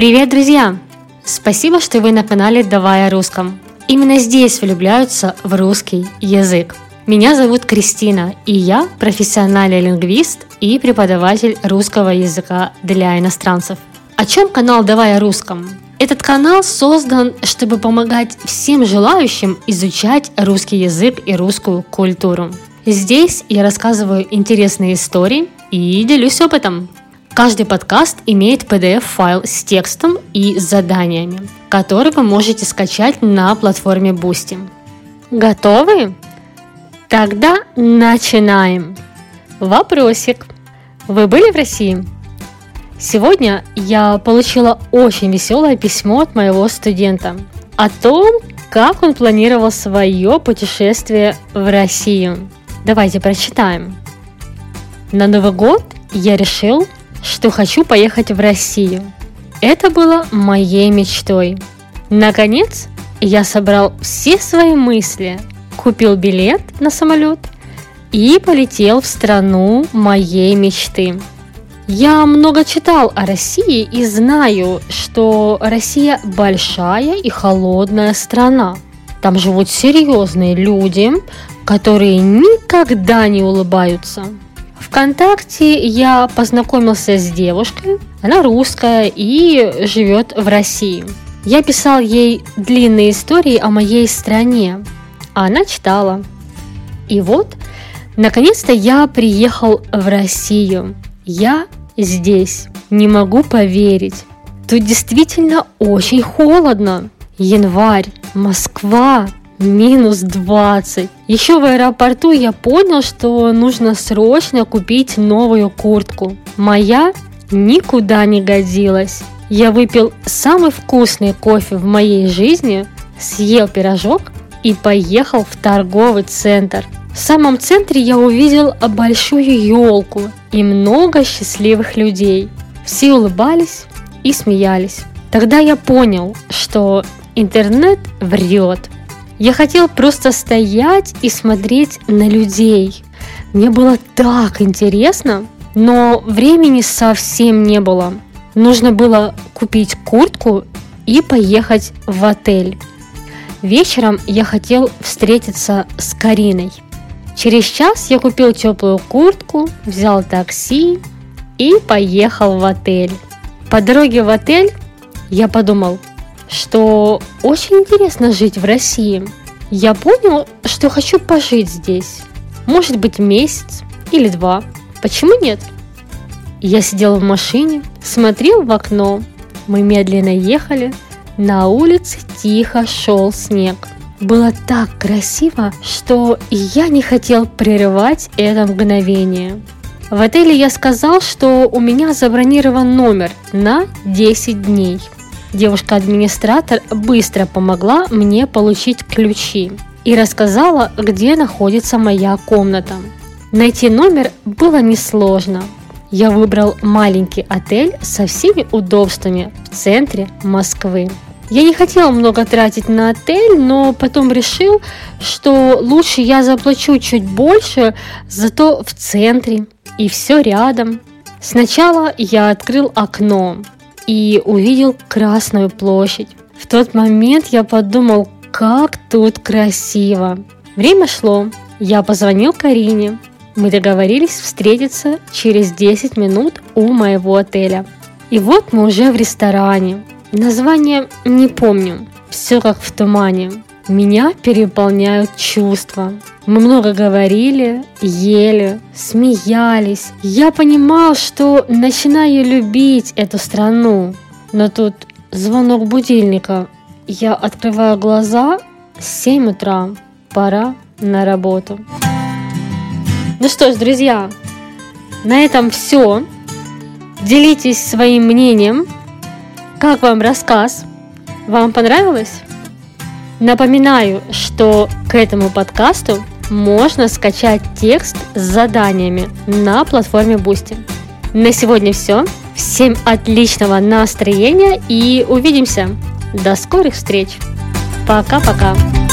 Привет, друзья! Спасибо, что вы на канале «Давай о русском». Именно здесь влюбляются в русский язык. Меня зовут Кристина, и я профессиональный лингвист и преподаватель русского языка для иностранцев. О чем канал «Давай о русском»? Этот канал создан, чтобы помогать всем желающим изучать русский язык и русскую культуру. Здесь я рассказываю интересные истории и делюсь опытом. Каждый подкаст имеет PDF-файл с текстом и заданиями, который вы можете скачать на платформе Boosty. Готовы? Тогда начинаем. Вопросик. Вы были в России? Сегодня я получила очень веселое письмо от моего студента о том, как он планировал свое путешествие в Россию. Давайте прочитаем. На Новый год я решил, что хочу поехать в Россию. Это было моей мечтой. Наконец, я собрал все свои мысли, купил билет на самолет и полетел в страну моей мечты. Я много читал о России и знаю, что Россия большая и холодная страна. Там живут серьезные люди, которые никогда не улыбаются. ВКонтакте я познакомился с девушкой, она русская и живет в России. Я писал ей длинные истории о моей стране, а она читала. И вот, наконец-то я приехал в Россию. Я здесь, не могу поверить. Тут действительно очень холодно. Январь, Москва. Минус 20. Еще в аэропорту я понял, что нужно срочно купить новую куртку. Моя никуда не годилась. Я выпил самый вкусный кофе в моей жизни, съел пирожок и поехал в торговый центр. В самом центре я увидел большую елку и много счастливых людей. Все улыбались и смеялись. Тогда я понял, что интернет врет. Я хотел просто стоять и смотреть на людей. Мне было так интересно, но времени совсем не было. Нужно было купить куртку и поехать в отель. Вечером я хотел встретиться с Кариной. Через час я купил теплую куртку, взял такси и поехал в отель. По дороге в отель я подумал, что очень интересно жить в России. Я понял, что хочу пожить здесь. Может быть, месяц или 2. Почему нет? Я сидел в машине, смотрел в окно. Мы медленно ехали. На улице тихо шел снег. Было так красиво, что я не хотел прерывать это мгновение. В отеле я сказал, что у меня забронирован номер на 10 дней. Девушка-администратор быстро помогла мне получить ключи и рассказала, где находится моя комната. Найти номер было несложно. Я выбрал маленький отель со всеми удобствами в центре Москвы. Я не хотел много тратить на отель, но потом решил, что лучше я заплачу чуть больше, зато в центре и все рядом. Сначала я открыл окно и увидел Красную площадь. В тот момент я подумал, как тут красиво. Время шло, я позвонил Карине. Мы договорились встретиться через 10 минут у моего отеля. И вот мы уже в ресторане. Название не помню, все как в тумане. Меня переполняют чувства. Мы много говорили, ели, смеялись. Я понимал, что начинаю любить эту страну. Но тут звонок будильника. Я открываю глаза, 7 утра. Пора на работу. Ну что ж, друзья, на этом все. Делитесь своим мнением. Как вам рассказ? Вам понравилось? Напоминаю, что к этому подкасту можно скачать текст с заданиями на платформе Boosty. На сегодня все. Всем отличного настроения и увидимся. До скорых встреч. Пока-пока.